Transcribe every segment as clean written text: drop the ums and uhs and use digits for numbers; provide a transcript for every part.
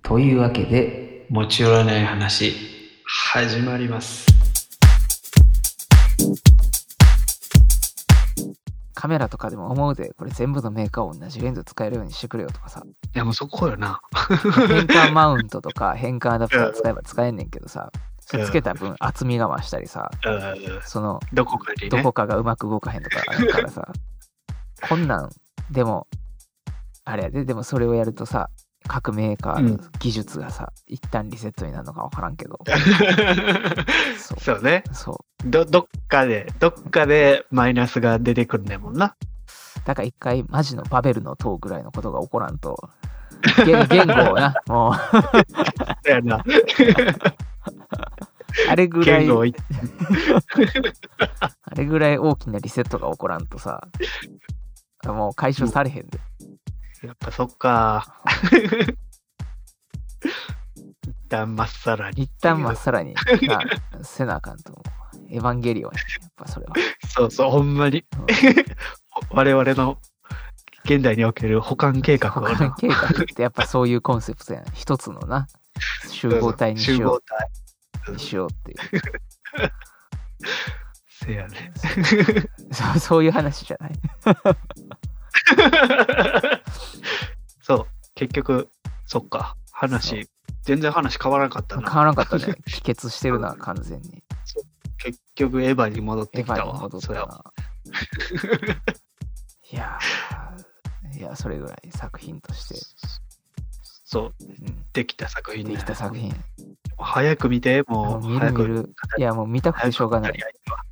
というわけで持ち寄らない話始まります。 カメラとかでも思うで、これ全部のメーカー同じレンズ使えるようにしてくれよとかさ。 いやもうそこよな。 変換マウントとか変換アダプター使えば使えんねんけどさ、それつけた分厚みが増したりさ、そのどこかにね、 どこかがうまく動かへんとかあるからさ、こんなんでもあれやで、でもそれをやるとさ、各メーカーの技術がさ、一旦リセットになるのか分からんけど。 そうね。 そう。 どっかでマイナスが出てくるねんもんな。 だから一回マジのバベルの塔ぐらいのことが起こらんと、言語をな、もうやな。 あれぐらいあれぐらい大きなリセットが起こらんとさ、もう解消されへんで。 やっぱそっか。一旦まっさらになせなあかんと思う。エヴァンゲリオンやっぱそれは。 そうほんまに、我々の現代における保管計画保管計画ってやっぱそういうコンセプトやん。一つのな集合体にしようっていう。 せやね。 そういう話じゃない。 そう結局そっか全然話変わらなかったな。 変わらなかったね。帰結してるな完全に。 そう結局エヴァに戻ってきたわ。 エヴァに戻ったな。いやそれぐらい作品としてそう、できた作品、 できた作品。 早く見て、もう早く見る。いやもう見たくてしょうがない。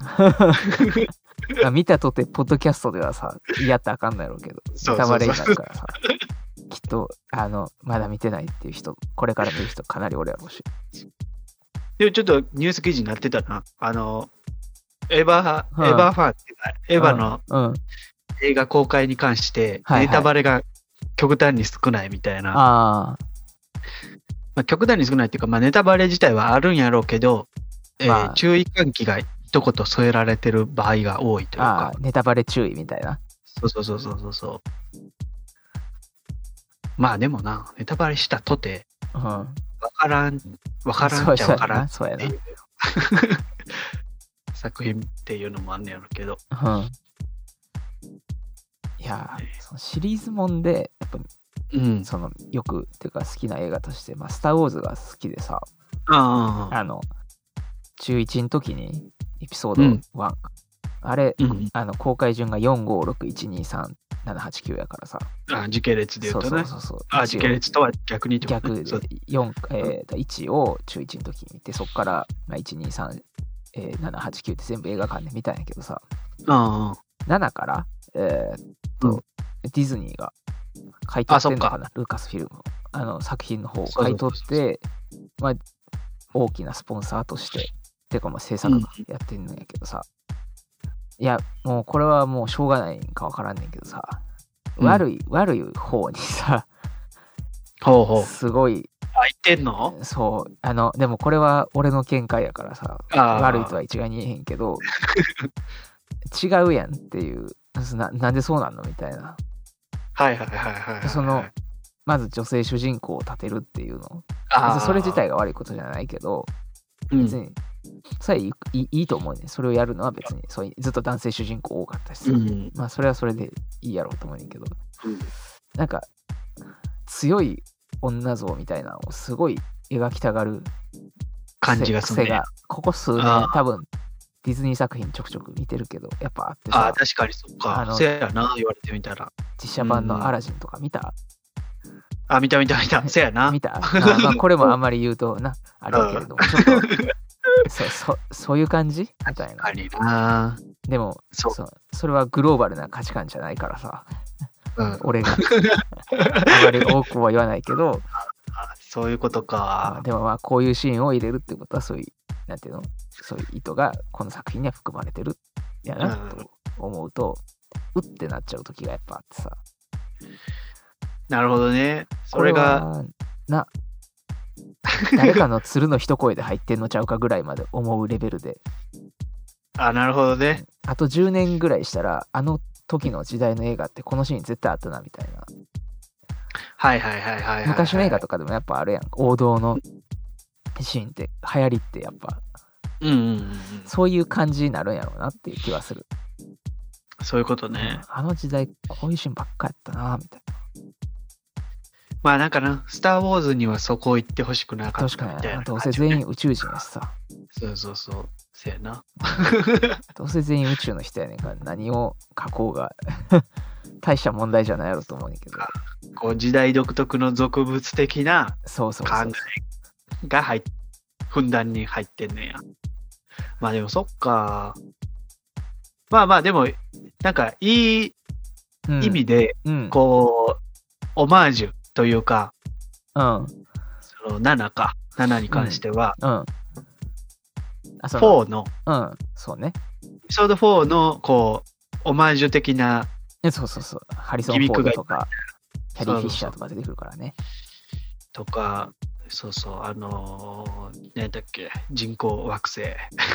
見たとてポッドキャストではさやったらあかんのやろうけど、ネタバレになるからさ、きっとまだ見てないっていう人、これから見る人かなりおるやろうし。 でもちょっとニュース記事になってたな。エヴァファンっていうか、エヴァの映画公開に関してネタバレが極端に少ないみたいな。まあ、極端に少ないっていうか、まあ、ネタバレ自体はあるんやろうけど、注意喚起が一言添えられてる場合が多いというか。 ネタバレ注意みたいな。 そう。まあでもな、ネタバレしたとて、わからんっちゃわからん。 そうやな。 作品っていうのもあんねやろうけど。 いやそのシリーズもんでやっぱ、そのよくっていうか好きな映画として、まあ、スター・ウォーズが好きでさ、中1の時にエピソード1、あれ、公開順が456123789やからさ。 時系列で言うとね。そう時系列とは逆に逆で1を中1の時に見て、そっから、まあ、123、789って全部映画館で見たんやけどさ、7からディズニーが買い取ってんのかな、ルーカスフィルム作品の方を買い取って、まあ大きなスポンサーとしててかまあ制作がやってんのやけどさ、いやもうこれはもうしょうがないんかわからんねんけどさ、悪い方にさ、すごい言ってんの？ そうでもこれは俺の見解やからさ、悪いとは一概に言えへんけど違うやんっていう、なんでそうなんのみたいな。そのまず女性主人公を立てるっていうの、それ自体が悪いことじゃないけど、別にそれいいと思うね。それをやるのは別にずっと男性主人公多かったし、まあそれはそれでいいやろうと思うねんけど、なんか強い女像みたいなのをすごい描きたがる感じがするね。 ここ数年多分ディズニー作品ちょくちょく見てるけどやっぱあってさ。 確かにそっか。せやな、言われてみたら。 実写版のアラジンとか見た？ 見た。せやな。 見た。まあこれもあんまり言うとな、あれだけれども、ちょっとそういう感じみたいな。でもそれはグローバルな価値観じゃないからさ、俺があまり多くは言わないけど、 そういうことか。 でもまあこういうシーンを入れるってことはそういうなんていうの、そういう意図がこの作品には含まれてるやなと思うと、ってなっちゃう時がやっぱあってさ。 なるほどね。それが誰かの鶴の一声で入ってんのちゃうかぐらいまで思うレベルで。 なるほどね。 あと10年ぐらいしたら時の時代の映画ってこのシーン絶対あったなみたいな。 はいはいはいはい、はい。 昔の映画とかでもやっぱあるやん。王道のシーンって流行りってやっぱ、そういう感じになるんやろうなっていう気はする。 そういうことね。 あの時代こういうシーンばっかやったなみたいな。 まあなんかな、スター・ウォーズにはそこ行ってほしくなかったみたいな、ね。 確かに、どうせ全員宇宙人やしさ。 そうそうそう。せやな。 どうせ全員宇宙の人やねんから何を書こうが大した問題じゃないやろと思うんだけど。 こう時代独特の俗物的な考えがふんだんに入ってんねや。まあでもそっか。まあまあでも、なんかいい意味で、こう、オマージュというか、その7に関しては、4の、 そうね。 エピソード4の、こう、オマージュ的な、 そう。ハリソン・フォードとか、キャリー・フィッシャーとか出てくるからね。 とか、そうそう、何だっけ、人工惑星。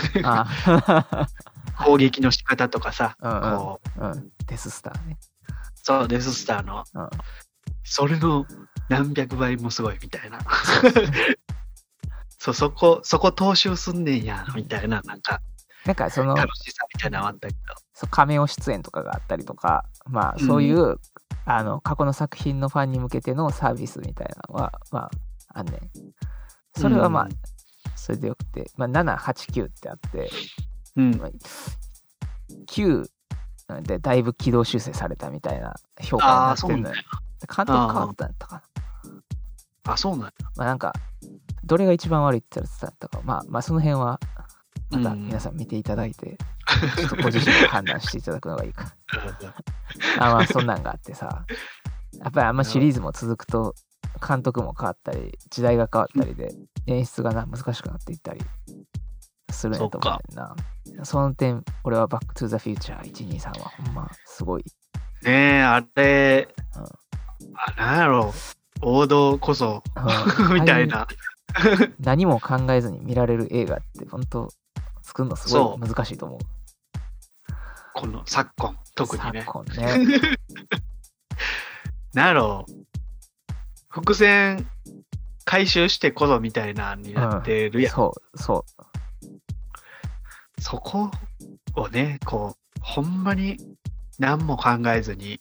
攻撃の仕方とかさ、 デススターね。 そう、デススターの、それの何百倍もすごいみたいな。そこ踏襲すんねんや、みたいな、なんかその、楽しさみたいなのあったけど。 カメオ出演とかがあったりとか、まあ、そういう、過去の作品のファンに向けてのサービスみたいなのは、まあ、あんねん。それはまあ、それでよくて、まあ、7、8、9ってあって、9でだいぶ軌道修正されたみたいな評価になってるのよ。監督変わったんやったかな。そうなんや。 まあなんか、どれが一番悪いって言ったら伝わったか、まあその辺は、また皆さん見ていただいて、ちょっとご自身で判断していただくのがいいか。まあそんなんがあってさ、やっぱりあんまシリーズも続くと、監督も変わったり、時代が変わったりで、演出が難しくなっていったりするんやと思うねんな。その点、俺はバックトゥザフューチャー1、2、3はほんますごい。 ねえ、あれ、なんやろう、王道こそ、みたいな。 何も考えずに見られる映画って本当作るのすごい難しいと思う。 この昨今特にね。 昨今ね。 なんやろう、伏線回収してこそみたいなになってるやん。 そう。 そこをね、こうほんまに何も考えずに、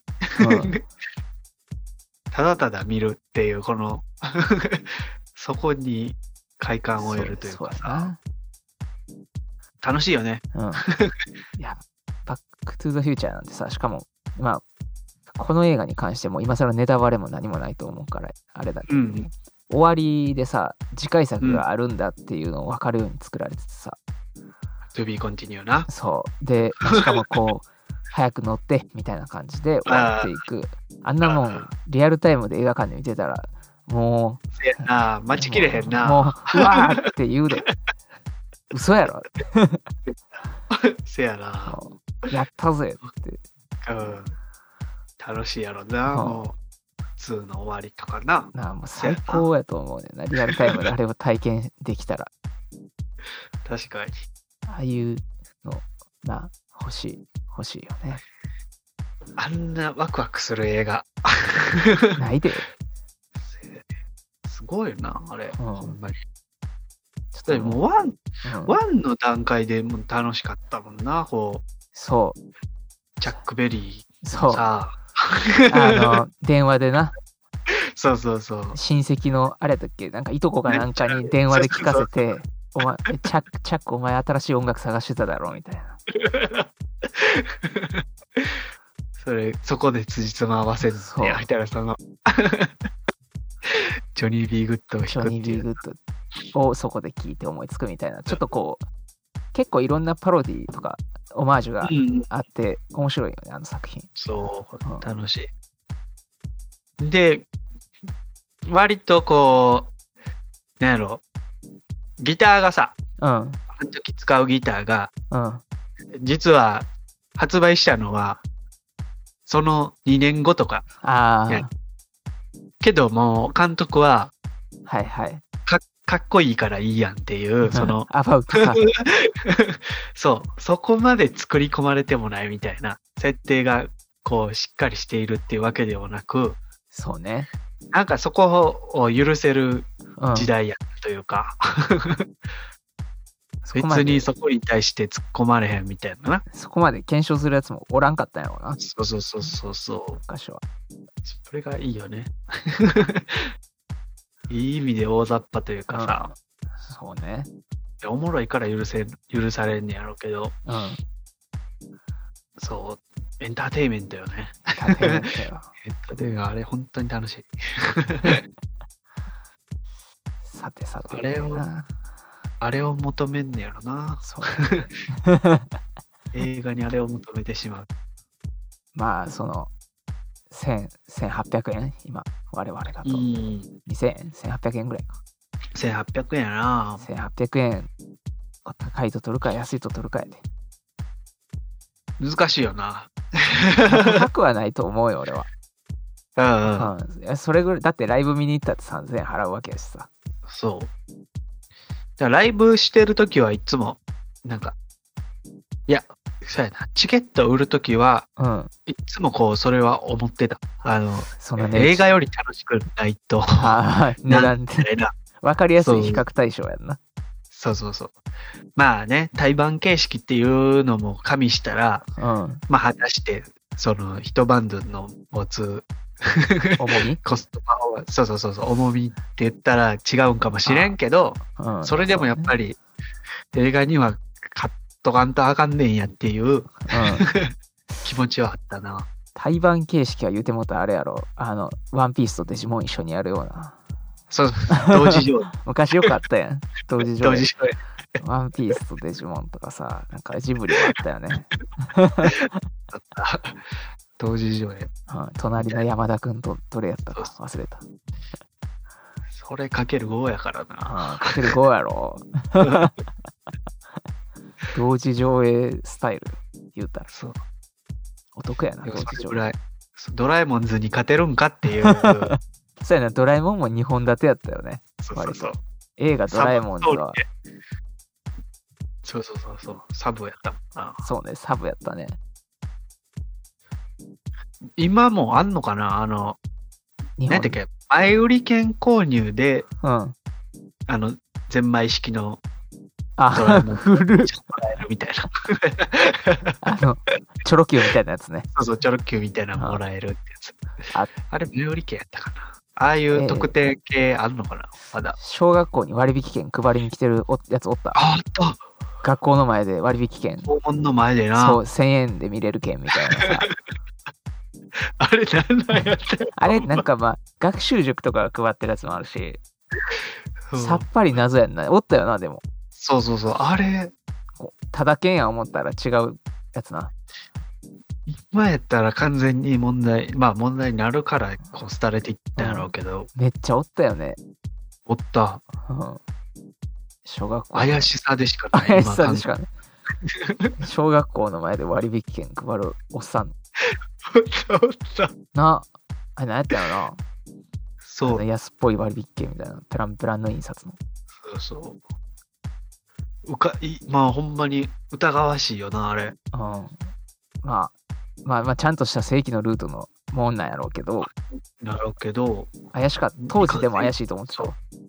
ただただ見るっていうこのそこに快感を得るというかさ、楽しいよね。 いや、バックトゥザフューチャーなんてさ、しかもまあこの映画に関しても今更ネタバレも何もないと思うからあれだけど、終わりでさ、次回作があるんだっていうのを分かるように作られててさ、 To be continue な。 そうで、しかもこう早く乗ってみたいな感じで終わっていく。あんなもんリアルタイムで映画館で見てたらもうせやな、待ちきれへんな。 もううわーって言うで。嘘やろ。 せやな。 やったぜって。 楽しいやろな。もう2の終わりとかな。 もう最高やと思うねんな。リアルタイムであれを体験できたら。 確かに。 ああいうの欲しいよね。 あんなワクワクする映画ないで。 すごいなあれ、ほんまに。ちょっともう1の段階でも楽しかったもんな。こう、 そうジャックベリーさ、電話でな、 そう親戚のあれだっけ、なんかいとこがなんかに電話で聞かせて、お前チャックお前新しい音楽探してただろみたいな。 そこで辻褄合わせるってみたいな、そのジョニー・ビー・グッドを弾くっていう。ジョニー・ビー・グッドをそこで聞いて思いつくみたいな、ちょっとこう結構いろんなパロディとかオマージュがあって面白いよね、あの作品。 そう、楽しい。で、割とこう、なんやろ、ギターがさ、あの時使うギターが、実は発売したのはその2年後とか。けどもう監督は、かっこいいからいいやんっていう、そのそう、そこまで作り込まれてもないみたいな設定がこうしっかりしているっていうわけではなく、 そうね。 なんかそこを許せる時代やったというか、別にそこに対して突っ込まれへんみたいなな。 そこまで検証するやつもおらんかったんやろうな。 そう。 昔は。 それがいいよね。いい意味で大雑把というかさ。 そうね。 おもろいから許されんねやろうけど。そう。エンターテイメントよね。エンターテイメントよ。あれ本当に楽しい。 さて。 あれを求めんねやろな。 そう映画にあれを求めてしまう。 まあ、1800円今、我々だと。2000円 ?1800 円ぐらいか。 1800円やな。 1800円。高いと取るか安いと取るかやで。 難しいよな。 高くはないと思うよ、俺は。それぐらい、だってライブ見に行ったって3000円払うわけやしさ。 そう。だからライブしてるときはいつも、なんか、いや、そうやな、チケット売るときは、いつもこう、それは思ってた。映画より楽しくないと。 値段で。わかりやすい比較対象やんな。 そう。まあね、対バン形式っていうのも加味したら、まあ果たして、一バンドの持つ、 重みコストパフォーマンス、そう、重みって言ったら違うんかもしれんけど、それでもやっぱり、映画には買っとかんとあかんねんやっていう、気持ちはあったな。 対バン形式は言うてもたらあれやろ、ワンピースとデジモン一緒にやるような。 そう、同時上映。 昔よくあったやん。同時上映。 同時上映。 ワンピースとデジモンとかさ、なんかジブリもあったよね。 同時上映。 隣の山田くんとどれやったか忘れた。 それかける5やからな。 かける5やろ。同時上映スタイル言うたら。 そう。 お得やな、同時上映。 ドラえもんズに勝てるんかっていう。 そうやな、ドラえもんも2本立てやったよね。 そう。 映画ドラえもんズは。 そう。サブやったもんな。 そうね、サブやったね。 今もあんのかな何だっけ、前売り券購入で、ゼンマイ式のドラえもんフルみたいな。チョロ Q みたいなやつね。 そう、チョロ Q みたいなのもらえるってやつ。あれ、前売り券やったかな。ああいう特典系あるのかな、まだ。 小学校に割引券配りに来てるやつおった。 あった。 学校の前で割引券。 校門の前でな。 そう、1000円で見れる券みたいなさ。 あれなんなんやったあれなんかまあ、学習塾とかが配ってるやつもあるし、さっぱり謎やんな。おったよな、でも。 そう。あれ。 ただ券や思ったら違うやつな。 今やったら完全に問題になるからこう廃れていったんやろうけど、 めっちゃおったよね。 おった。 小学校。 怪しさでしかない。 怪しさでしかない。小学校の前で割引券配るおっさん。 おったな、あれ何やったよな。 そう。 安っぽい割引券みたいな。プランの印刷の。 そう。まあほんまに疑わしいよな、あれ。 まあちゃんとした正規のルートのもんなんやろうけど。怪しかった。当時でも怪しいと思ってた。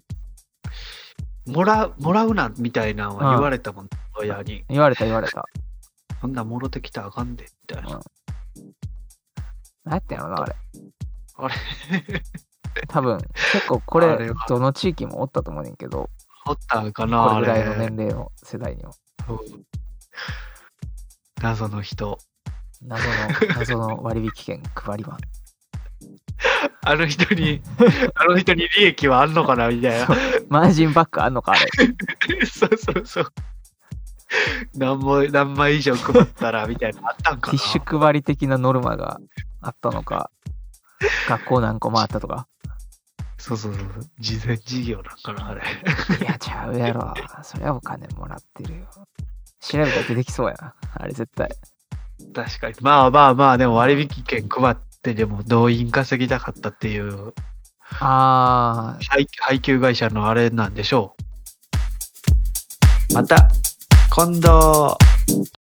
もらうなみたいなのは言われたもん、親に。 言われた。 そんなもろてきたらあかんで、みたいな。 何やったんやろな、あれ。 あれ多分、結構これ、どの地域もおったと思うねんけど。 おったかな、 これぐらいの年齢の世代には。 謎の人。 謎の割引券配ります。 あの人に利益はあんのかなみたいな。 マージンバックあんのかあれ。そう。何枚以上配ったらみたいなのあったんかな。 ティッシュ配り的なノルマがあったのか。学校何個回ったとか。 そう。事前事業なんかなあれ。 いやちゃうやろ。それはお金もらってるよ。調べたら出てきそうやな。あれ絶対。 確かに。まあでも割引券配ってでも動員稼ぎたかったっていう。配給会社のあれなんでしょう。また今度。